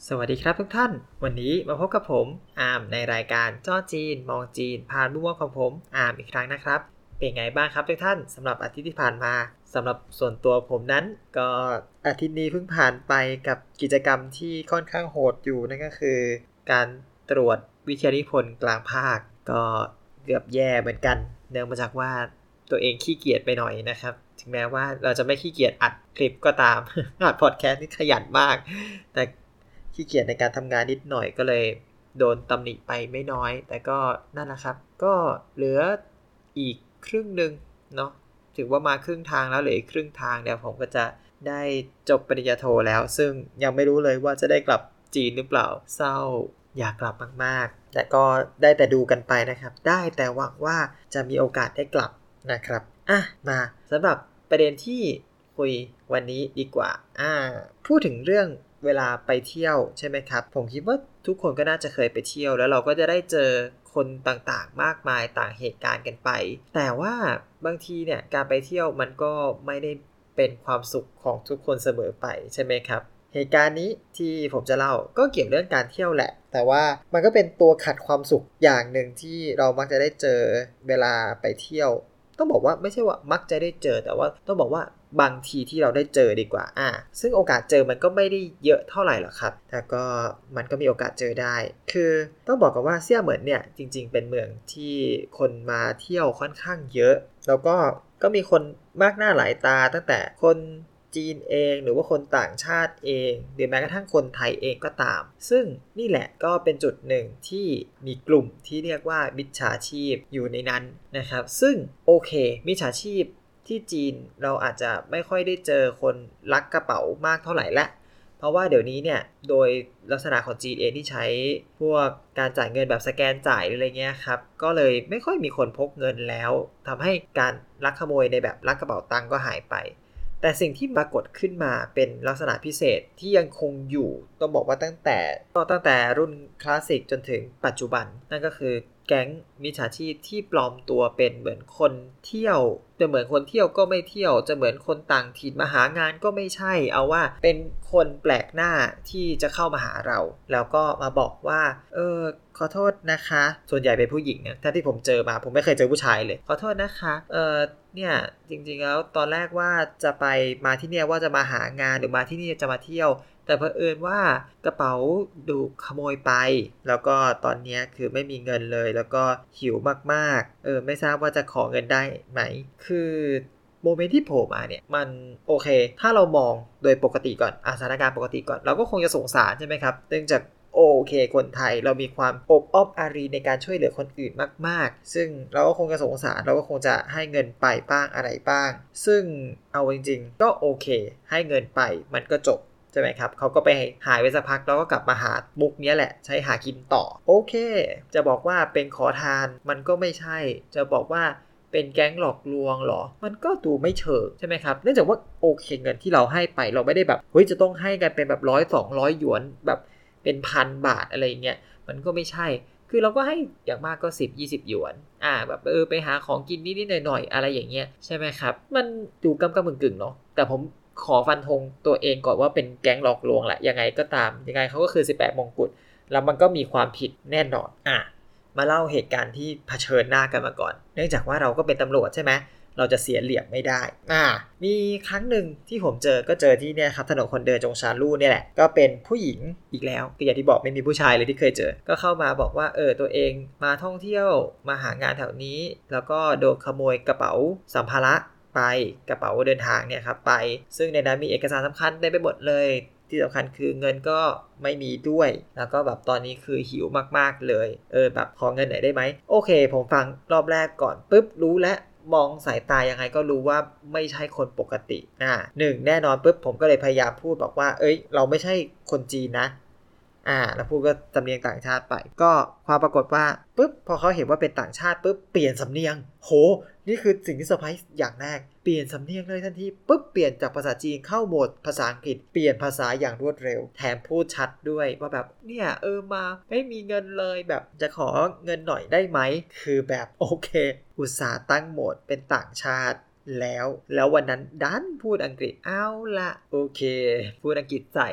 สวัสดีครับทุกท่านวันนี้มาพบกับผมอาร์มในรายการจ้อจีนมองจีนผ่านมุมมองของผมอาร์มอีกครั้งนะครับเป็นไงบ้างครับทุกท่านสำหรับอาทิตย์ที่ผ่านมาสำหรับส่วนตัวผมนั้นก็อาทิตย์นี้เพิ่งผ่านไปกับกิจกรรมที่ค่อนข้างโหดอยู่นั่นก็คือการตรวจวิทยานิพนธ์กลางภาคก็เกือบแย่เหมือนกันเนื่องมาจากว่าตัวเองขี้เกียจไปหน่อยนะครับถึงแม้ว่าเราจะไม่ขี้เกียจอัดคลิปก็ตาม อัดพอดแคสต์นี่ขยันมากแต่ขี้เกียจในการทำงานนิดหน่อยก็เลยโดนตำหนิไปไม่น้อยแต่ก็นั่นแหละครับก็เหลืออีกครึ่งนึงเนาะถือว่ามาครึ่งทางแล้วเหลืออีกครึ่งทางเดี๋ยวผมก็จะได้จบปริญญาโทแล้วซึ่งยังไม่รู้เลยว่าจะได้กลับจีนหรือเปล่าเศร้าอยากกลับมากๆแต่ก็ได้แต่ดูกันไปนะครับได้แต่หวังว่าจะมีโอกาสได้กลับนะครับมาสำหรับประเด็นที่คุยวันนี้ดีกว่าพูดถึงเรื่องเวลาไปเที่ยวใช่ไหมครับผมคิดว่าทุกคนก็น่าจะเคยไปเที่ยวแล้วเราก็จะได้เจอคนต่างๆมากมายต่างเหตุการณ์กันไปแต่ว่าบางทีเนี่ยการไปเที่ยวมันก็ไม่ได้เป็นความสุขของทุกคนเสมอไปใช่ไหมครับเหตุการณ์นี้ที่ผมจะเล่าก็เกี่ยวเรื่องการเที่ยวแหละแต่ว่ามันก็เป็นตัวขัดความสุขอย่างหนึ่งที่เรามักจะได้เจอเวลาไปเที่ยวต้องบอกว่าไม่ใช่ว่ามักจะได้เจอแต่ว่าต้องบอกว่าบางทีที่เราได้เจอดีกว่าซึ่งโอกาสเจอมันก็ไม่ได้เยอะเท่าไหร่หรอกครับแต่ก็มันก็มีโอกาสเจอได้คือต้องบอกกันว่าเซี่ยเหมินเนี่ยจริงๆเป็นเมืองที่คนมาเที่ยวค่อนข้างเยอะแล้วก็มีคนมากหน้าหลายตาตั้งแต่คนจีนเองหรือว่าคนต่างชาติเองหรือแม้กระทั่งคนไทยเองก็ตามซึ่งนี่แหละก็เป็นจุดหนึ่งที่มีกลุ่มที่เรียกว่ามิจฉาชีพอยู่ในนั้นนะครับซึ่งโอเคมิจฉาชีพที่จีนเราอาจจะไม่ค่อยได้เจอคนลักกระเป๋ามากเท่าไหร่ละเพราะว่าเดี๋ยวนี้เนี่ยโดยลักษณะของจีนเองที่ใช้พวกการจ่ายเงินแบบสแกนจ่ายอะไรเงี้ยครับก็เลยไม่ค่อยมีคนพกเงินแล้วทำให้การลักขโมยในแบบลักกระเป๋าตังค์ก็หายไปแต่สิ่งที่ปรากฏขึ้นมาเป็นลักษณะพิเศษที่ยังคงอยู่ต้องบอกว่าตั้งแต่รุ่นคลาสสิกจนถึงปัจจุบันนั่นก็คือแก๊งมิจฉาชีพที่ปลอมตัวเป็นเหมือนคนเที่ยวจะเหมือนคนเที่ยวก็ไม่เที่ยวจะเหมือนคนต่างถิ่นมาหางานก็ไม่ใช่เอาว่าเป็นคนแปลกหน้าที่จะเข้ามาหาเราแล้วก็มาบอกว่าขอโทษนะคะส่วนใหญ่เป็นผู้หญิงนะถ้าที่ผมเจอมาผมไม่เคยเจอผู้ชายเลยขอโทษนะคะเนี่ยจริงๆแล้วตอนแรกว่าจะมาที่เนี่ยว่าจะมาหางานหรือมาที่นี่จะมาเที่ยวแต่เผอิญว่ากระเป๋าถูกขโมยไปแล้วก็ตอนนี้คือไม่มีเงินเลยแล้วก็หิวมากๆไม่ทราบว่าจะขอเงินได้ไหมคือโมเมนต์ที่โผล่มาเนี่ยมันโอเคถ้าเรามองโดยปกติก่อนสถานการณ์ปกติก่อนเราก็คงจะสงสารใช่ไหมครับเนื่องจากโอเคคนไทยเรามีความอบอ้อมอารีในการช่วยเหลือคนอื่นมากๆซึ่งเราก็คงจะสงสารเราก็คงจะให้เงินไปบ้างอะไรบ้างซึ่งเอาจริงๆก็โอเคให้เงินไปมันก็จบใช่ไหมครับเขาก็ไปหายไปสักพักแล้วก็กลับมาหามุกนี้แหละใช้หากินต่อโอเคจะบอกว่าเป็นขอทานมันก็ไม่ใช่จะบอกว่าเป็นแก๊งหลอกลวงหรอมันก็ดูไม่เชิงใช่ไหมครับเนื่องจากว่าโอเคเงินที่เราให้ไปเราไม่ได้แบบจะต้องให้กันเป็นแบบ100-200 หยวนแบบเป็น1,000 บาทอะไรเงี้ยมันก็ไม่ใช่คือเราก็ให้อย่างมากก็10-20 หยวนแบบไปหาของกินนิดๆหน่อยๆอะไรอย่างเงี้ยใช่ไหมครับมันดูกำกึ่งๆเนาะแต่ผมขอฟันธงตัวเองก่อนว่าเป็นแก๊งหลอกลวงแหละยังไงก็ตามยังไงเขาก็คือ18 มงกุฎแล้วมันก็มีความผิดแน่นอนมาเล่าเหตุการณ์ที่เผชิญหน้ากันมาก่อนเนื่องจากว่าเราก็เป็นตำรวจใช่ไหมเราจะเสียเหลี่ยมไม่ได้มีครั้งหนึ่งที่ผมเจอที่เนี่ยครับถนนคนเดินจงชาลู่เนี่ยแหละก็เป็นผู้หญิงอีกแล้วก็อย่างที่บอกไม่มีผู้ชายเลยที่เคยเจอก็เข้ามาบอกว่าตัวเองมาท่องเที่ยวมาหางานแถวนี้แล้วก็โดนขโมยกระเป๋าสัมภาระไปกระเป๋าเดินทางเนี่ยครับไปซึ่งในนั้นมีเอกสารสำคัญได้ไปหมดเลยที่สำคัญคือเงินก็ไม่มีด้วยแล้วก็แบบตอนนี้คือหิวมากๆเลยแบบขอเงินหน่อยได้ไหมโอเคผมฟังรอบแรกก่อนปุ๊บรู้แล้วมองสายตายังไงก็รู้ว่าไม่ใช่คนปกติแน่นอนปุ๊บผมก็เลยพยายามพูดบอกว่าเราไม่ใช่คนจีนนะแล้วพูดก็สำเนียงต่างชาติไปก็ความปรากฏว่าปุ๊บพอเขาเห็นว่าเป็นต่างชาติปุ๊บเปลี่ยนสำเนียงโหนี่คือสิ่งที่เซอร์ไพรส์อย่างแรกเปลี่ยนสำเนียงเลยทันทีปุ๊บเปลี่ยนจากภาษาจีนเข้าโหมดภาษาอังกฤษเปลี่ยนภาษาอย่างรวดเร็วแถมพูดชัดด้วยว่าแบบเนี่ยมาไม่มีเงินเลยแบบจะขอเงินหน่อยได้ไหมคือแบบโอเคอุตส่าห์ตั้งโหมดเป็นต่างชาติแล้ววันนั้นดันพูดอังกฤษเอาละโอเคพูดอังกฤษใส่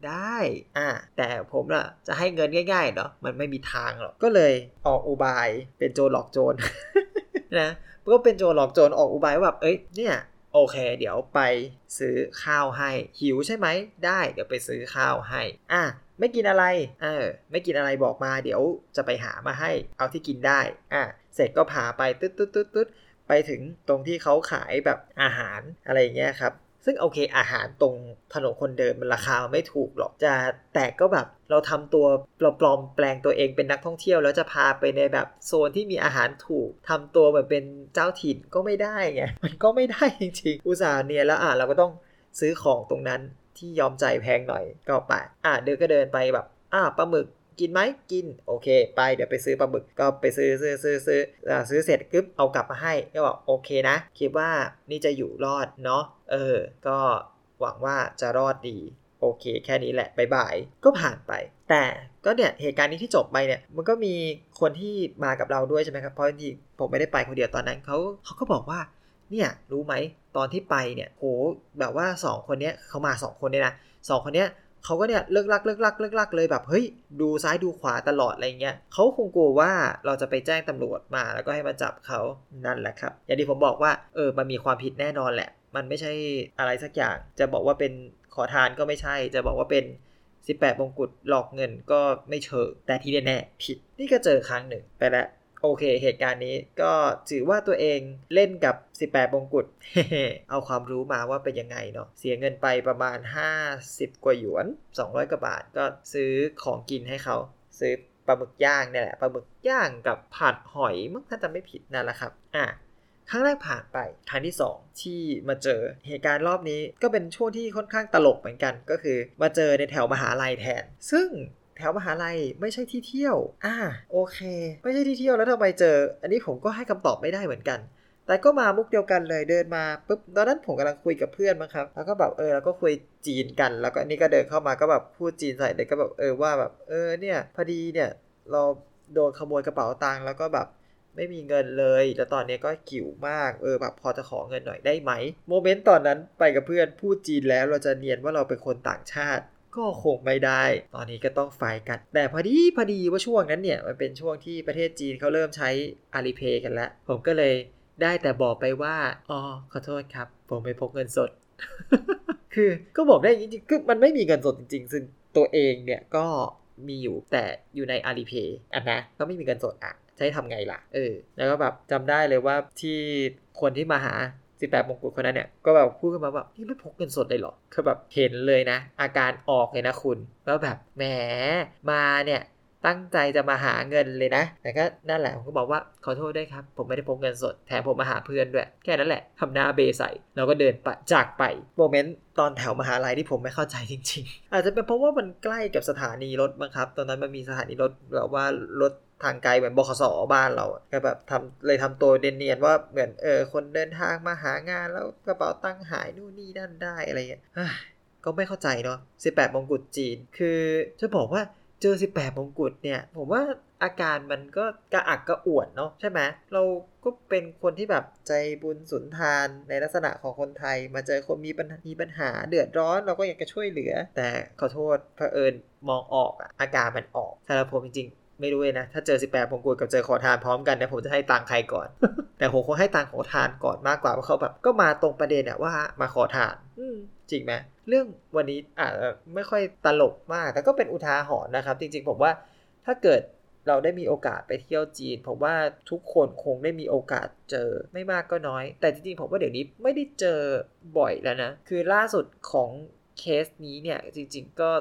ได้แต่ผมล่ะจะให้เงินง่ายๆเนาะมันไม่มีทางหรอกก็เลยออกอุบายเป็นโจรหลอกโจร นะก็เป็นโจรหลอกโจรออกอุบายว่าแบบเนี่ยโอเคเดี๋ยวไปซื้อข้าวให้หิวใช่ไหมได้เดี๋ยวไปซื้อข้าวให้ไม่กินอะไรไม่กินอะไรบอกมาเดี๋ยวจะไปหามาให้เอาที่กินได้เสร็จก็พาไปตึ๊ดไปถึงตรงที่เขาขายแบบอาหารอะไรอย่างเงี้ยครับซึ่งโอเคอาหารตรงถนนคนเดินมันราคาไม่ถูกหรอกแต่ก็แบบเราทำตัวปลอมแปลงตัวเองเป็นนักท่องเที่ยวแล้วจะพาไปในแบบโซนที่มีอาหารถูกทำตัวแบบเป็นเจ้าถิ่นก็ไม่ได้ไงมันก็ไม่ได้จริงๆอุตส่าห์เนี่ยแล้วเราก็ต้องซื้อของตรงนั้นที่ยอมใจแพงหน่อยก็ไปเดินไปแบบปลาหมึกกินไหมกินโอเคไปเดี๋ยวไปซื้อปลาหมึกก็ไปซื้อเสร็จกึ๊บเอากลับมาให้ก็บอกโอเคนะคิดว่านี่จะอยู่รอดเนาะก็หวังว่าจะรอดดีโอเคแค่นี้แหละบ๊ายบายก็ผ่านไปแต่ก็เนี่ยเหตุการณ์นี้ที่จบไปเนี่ยมันก็มีคนที่มากับเราด้วยใช่ไหมครับเพราะจริงผมไม่ได้ไปคนเดียวตอนนั้นเขาก็บอกว่าเนี่ยรู้ไหมตอนที่ไปเนี่ยโหแบบว่า2คนเนี้ยเขามา2คนเนี่ยนะ2คนเนี้ยเขาก็เนี่ยเลิกลักเลยแบบเฮ้ยดูซ้ายดูขวาตลอดอะไรเงี้ยเขาคงกลัวว่าเราจะไปแจ้งตำรวจมาแล้วก็ให้มาจับเขานั่นแหละครับอย่างที่ผมบอกว่ามันมีความผิดแน่นอนแหละมันไม่ใช่อะไรสักอย่างจะบอกว่าเป็นขอทานก็ไม่ใช่จะบอกว่าเป็น18มงกุฎหลอกเงินก็ไม่เชิงแต่ที่แน่ๆผิดนี่ก็เจอครั้งหนึ่งไปแล้วโอเคเหตุการณ์นี้ก็ถือว่าตัวเองเล่นกับ18มงกุฎ เอาความรู้มาว่าเป็นยังไงเนาะเสียเงินไปประมาณ50กว่าหยวน200กว่าบาทก็ซื้อของกินให้เขาซื้อปลาหมึกย่างเนี่ยแหละปลาหมึกย่างกับผัดหอยมั้งถ้าจำไม่ผิดนั่นแหละครับครั้งแรกผ่านไปครั้งที่2ที่มาเจอเหตุการณ์รอบนี้ก็เป็นช่วงที่ค่อนข้างตลกเหมือนกันก็คือมาเจอในแถวมหาลัยแทนซึ่งแถวมหาลัยไม่ใช่ที่เที่ยวโอเคไม่ใช่ที่เที่ยวแล้วทำไมเจออันนี้ผมก็ให้คำตอบไม่ได้เหมือนกันแต่ก็มามุกเดียวกันเลยเดินมาปุ๊บตอนนั้นผมกำลังคุยกับเพื่อนมั้งครับแล้วก็แบบแล้วก็คุยจีนกันแล้วก็นี่ก็เดินเข้ามาก็แบบพูดจีนใส่เลยก็แบบว่าแบบเนี่ยพอดีเนี่ยเราโดนขโมยกระเป๋าตังค์แล้วก็แบบไม่มีเงินเลยแล้วตอนนี้ก็หิวมากแบบพอจะขอเงินหน่อยได้ไหมโมเมนต์ตอนนั้นไปกับเพื่อนพูดจีนแล้วเราจะเนียนว่าเราเป็นคนต่างชาติก็คงไม่ได้ตอนนี้ก็ต้องไฟกันแต่พอดีว่าช่วงนั้นเนี่ยมันเป็นช่วงที่ประเทศจีนเขาเริ่มใช้ Alipay กันแล้วผมก็เลยได้แต่บอกไปว่าขอโทษครับผมไม่พกเงินสด คือก็บอกได้จริงๆคือมันไม่มีเงินสดจริงๆซึ่งตัวเองเนี่ยก็มีอยู่แต่อยู่ใน Alipay นะก็ไม่มีเงินสดใช้ทำไงล่ะแล้วก็แบบจำได้เลยว่าที่คนที่มาหา18มงกุฎคนนั้นเนี่ยก็แบบพูดขึ้นมาว่านี่ไม่พกเงินสดเลยเหรอคือแบบเห็นเลยนะอาการออกเลยนะคุณแล้วแบบแหมมาเนี่ยตั้งใจจะมาหาเงินเลยนะแต่ก็นั่นแหละผมก็บอกว่าขอโทษด้วยครับผมไม่ได้พกเงินสดแถมผมมาหาเพื่อนด้วยแค่นั้นแหละทำหน้าเบใส่แล้วก็เดินไปจากไปโมเมนต์ตอนแถวมหาลัยที่ผมไม่เข้าใจจริงๆอาจจะเป็นเพราะว่ามันใกล้กับสถานีรถมั้งครับตอนนั้นมันมีสถานีรถแบบว่ารถทางไกลเหมือนบขส.บ้านเราก็แบบเลยทำตัวเนียนๆว่าเหมือนคนเดินทางมาหางานแล้วกระเป๋าตังค์หายนู่นนี่นั่นได้อะไรเงี้ยก็ไม่เข้าใจเนาะ18มงกุฎจีนคือจะบอกว่าเจอ18มงกุฎเนี่ยผมว่าอาการมันก็กระอักกระอ่วนเนาะใช่ไหมเราก็เป็นคนที่แบบใจบุญสุนทานในลักษณะของคนไทยมาเจอคนมีปัญหาเดือดร้อนเราก็อยากจะช่วยเหลือแต่ขอโทษเผอิญมองออกอาการมันออกสำหรับผมจริงๆไม่รู้เลยนะถ้าเจอ18มงกุฎกับเจอขอทานพร้อมกันเนี่ยผมจะให้ตังค์ใครก่อน แต่ผมคงให้ตังค์ขอทานก่อนมากกว่าเพราะเขาแบบก็มาตรงประเด็นว่ามาขอทานจริงไหมเรื่องวันนี้ไม่ค่อยตลกมากแต่ก็เป็นอุทาหรณ์นะครับจริงๆผมว่าถ้าเกิดเราได้มีโอกาสไปเที่ยวจีนผมว่าทุกคนคงได้มีโอกาสเจอไม่มากก็น้อยแต่จริงๆผมว่าเดี๋ยวนี้ไม่ได้เจอบ่อยแล้วนะคือล่าสุดของเคสนี้เนี่ยจริงๆก็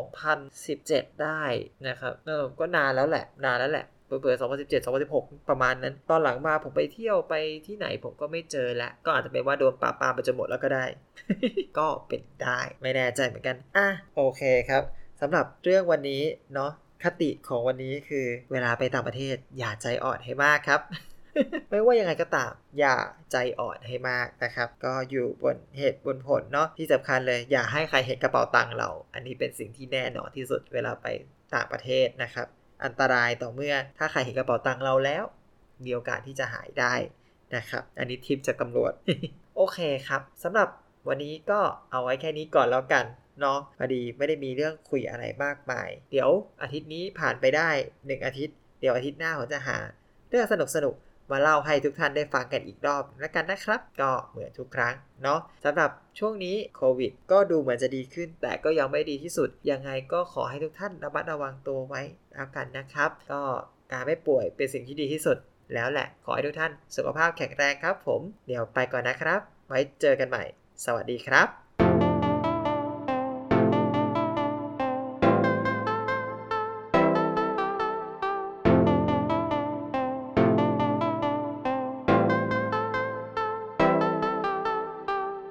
2017ได้นะครับก็นานแล้วแหละเปิด2017 2016ประมาณนั้นตอนหลังมาผมไปเที่ยวไปที่ไหนผมก็ไม่เจอละก็อาจจะเป็นว่าโดนปราบปรามไปจนหมดแล้วก็ได้ ก็เป็นได้ไม่แน่ใจเหมือนกันโอเคครับสำหรับเรื่องวันนี้เนาะคติของวันนี้คือเวลาไปต่างประเทศอย่าใจอ่อนให้มากครับ ไม่ว่ายังไงก็ตามอย่าใจอ่อนให้มากนะครับก็อยู่บนเหตุบนผลเนาะที่สำคัญเลยอย่าให้ใครเห็นกระเป๋าตังค์เราอันนี้เป็นสิ่งที่แน่นอนที่สุดเวลาไปต่างประเทศนะครับอันตรายต่อเมื่อถ้าใครเห็นกระเป๋าตังค์เราแล้วมีโอกาสที่จะหายได้นะครับอันนี้ทิปจากตำรวจ โอเคครับสำหรับวันนี้ก็เอาไว้แค่นี้ก่อนแล้วกันเนาะพอดีไม่ได้มีเรื่องคุยอะไรมากมายเดี๋ยวอาทิตย์นี้ผ่านไปได้1อาทิตย์เดี๋ยวอาทิตย์หน้าผมจะหาเรื่องสนุกมาเล่าให้ทุกท่านได้ฟังกันอีกรอบแล้วกันนะครับก็เหมือนทุกครั้งเนาะสำหรับช่วงนี้โควิดก็ดูเหมือนจะดีขึ้นแต่ก็ยังไม่ดีที่สุดยังไงก็ขอให้ทุกท่านระมัดระวังตัวไว้แล้วกันนะครับก็การไม่ป่วยเป็นสิ่งที่ดีที่สุดแล้วแหละขอให้ทุกท่านสุขภาพแข็งแรงครับผมเดี๋ยวไปก่อนนะครับไว้เจอกันใหม่สวัสดีครับ